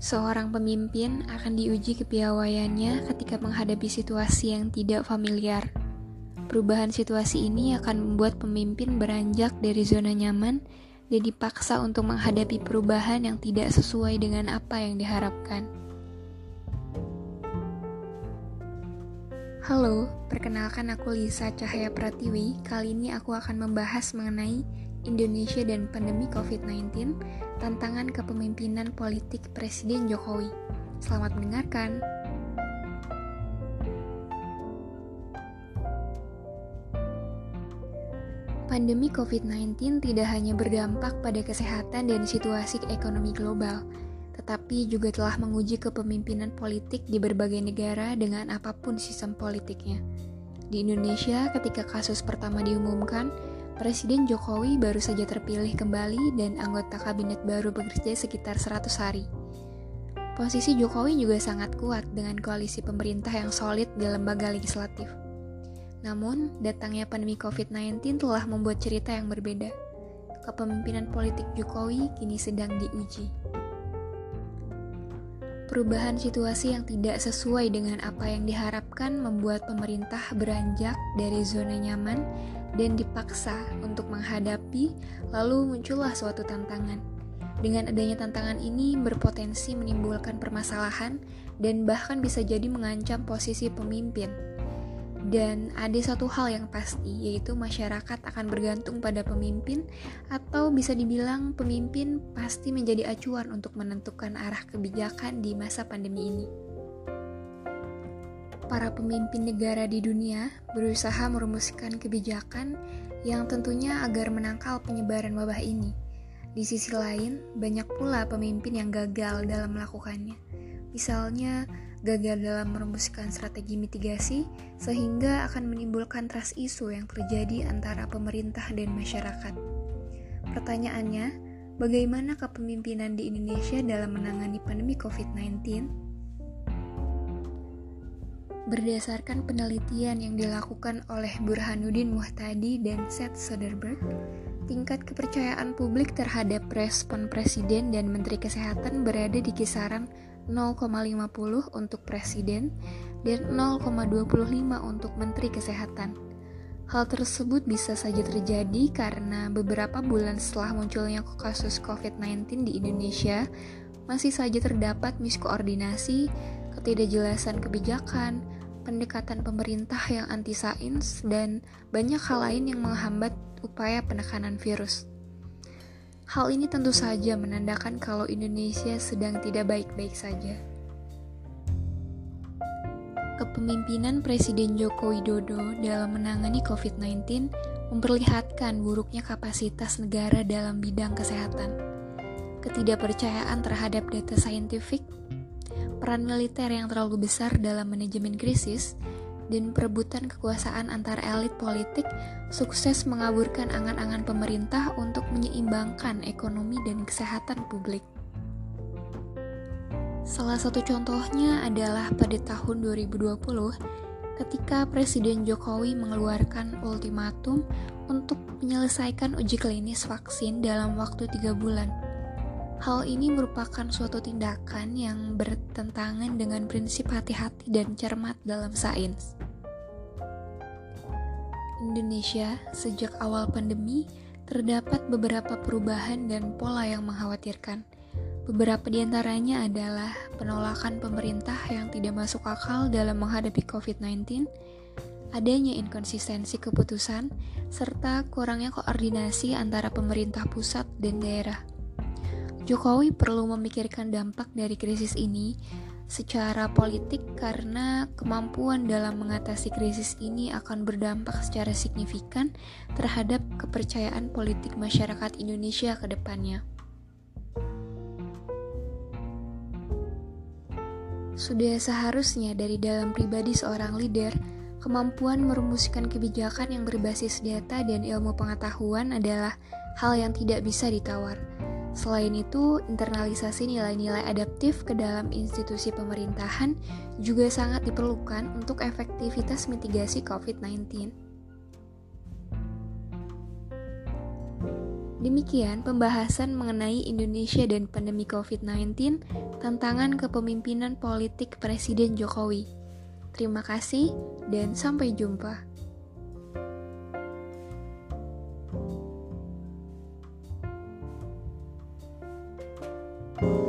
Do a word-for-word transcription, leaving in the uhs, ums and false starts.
Seorang pemimpin akan diuji kepiawaiannya ketika menghadapi situasi yang tidak familiar. Perubahan situasi ini akan membuat pemimpin beranjak dari zona nyaman dan dipaksa untuk menghadapi perubahan yang tidak sesuai dengan apa yang diharapkan. Halo, perkenalkan aku Lisa Cahaya Pratiwi. Kali ini aku akan membahas mengenai Indonesia dan pandemi covid sembilan belas, tantangan kepemimpinan politik Presiden Jokowi. Selamat mendengarkan. Pandemi covid sembilan belas tidak hanya berdampak pada kesehatan dan situasi ekonomi global, tetapi juga telah menguji kepemimpinan politik di berbagai negara dengan apapun sistem politiknya. Di Indonesia, ketika kasus pertama diumumkan, Presiden Jokowi baru saja terpilih kembali dan anggota kabinet baru bekerja sekitar seratus hari. Posisi Jokowi juga sangat kuat dengan koalisi pemerintah yang solid di lembaga legislatif. Namun, datangnya pandemi covid sembilan belas telah membuat cerita yang berbeda. Kepemimpinan politik Jokowi kini sedang diuji. Perubahan situasi yang tidak sesuai dengan apa yang diharapkan membuat pemerintah beranjak dari zona nyaman dan dipaksa untuk menghadapi, lalu muncullah suatu tantangan. Dengan adanya tantangan ini berpotensi menimbulkan permasalahan dan bahkan bisa jadi mengancam posisi pemimpin. Dan ada satu hal yang pasti, yaitu masyarakat akan bergantung pada pemimpin, atau bisa dibilang pemimpin pasti menjadi acuan untuk menentukan arah kebijakan di masa pandemi ini. Para pemimpin negara di dunia berusaha merumuskan kebijakan yang tentunya agar menangkal penyebaran wabah ini. Di sisi lain, banyak pula pemimpin yang gagal dalam melakukannya. Misalnya, gagal dalam merumuskan strategi mitigasi sehingga akan menimbulkan trust issue yang terjadi antara pemerintah dan masyarakat. Pertanyaannya, bagaimana kepemimpinan di Indonesia dalam menangani pandemi covid sembilan belas? Berdasarkan penelitian yang dilakukan oleh Burhanuddin Muhtadi dan Seth Soderberg, tingkat kepercayaan publik terhadap respon Presiden dan Menteri Kesehatan berada di kisaran nol koma lima puluh untuk Presiden dan nol koma dua lima untuk Menteri Kesehatan. Hal tersebut bisa saja terjadi karena beberapa bulan setelah munculnya kasus covid sembilan belas di Indonesia, masih saja terdapat miskoordinasi, ketidakjelasan kebijakan, pendekatan pemerintah yang anti-sains, dan banyak hal lain yang menghambat upaya penekanan virus. Hal ini tentu saja menandakan kalau Indonesia sedang tidak baik-baik saja. Kepemimpinan Presiden Joko Widodo dalam menangani covid sembilan belas memperlihatkan buruknya kapasitas negara dalam bidang kesehatan, ketidakpercayaan terhadap data saintifik, peran militer yang terlalu besar dalam manajemen krisis, dan perebutan kekuasaan antar elit politik sukses mengaburkan angan-angan pemerintah untuk menyeimbangkan ekonomi dan kesehatan publik. Salah satu contohnya adalah pada tahun dua ribu dua puluh, ketika Presiden Jokowi mengeluarkan ultimatum untuk menyelesaikan uji klinis vaksin dalam waktu tiga bulan. Hal ini merupakan suatu tindakan yang bertentangan dengan prinsip hati-hati dan cermat dalam sains. Indonesia, sejak awal pandemi, terdapat beberapa perubahan dan pola yang mengkhawatirkan. Beberapa di antaranya adalah penolakan pemerintah yang tidak masuk akal dalam menghadapi covid sembilan belas, adanya inkonsistensi keputusan, serta kurangnya koordinasi antara pemerintah pusat dan daerah. Jokowi perlu memikirkan dampak dari krisis ini secara politik karena kemampuan dalam mengatasi krisis ini akan berdampak secara signifikan terhadap kepercayaan politik masyarakat Indonesia ke depannya. Sudah seharusnya dari dalam pribadi seorang leader, kemampuan merumuskan kebijakan yang berbasis data dan ilmu pengetahuan adalah hal yang tidak bisa ditawar. Selain itu, internalisasi nilai-nilai adaptif ke dalam institusi pemerintahan juga sangat diperlukan untuk efektivitas mitigasi covid sembilan belas. Demikian pembahasan mengenai Indonesia dan pandemi covid sembilan belas, tantangan kepemimpinan politik Presiden Jokowi. Terima kasih dan sampai jumpa. Thank you.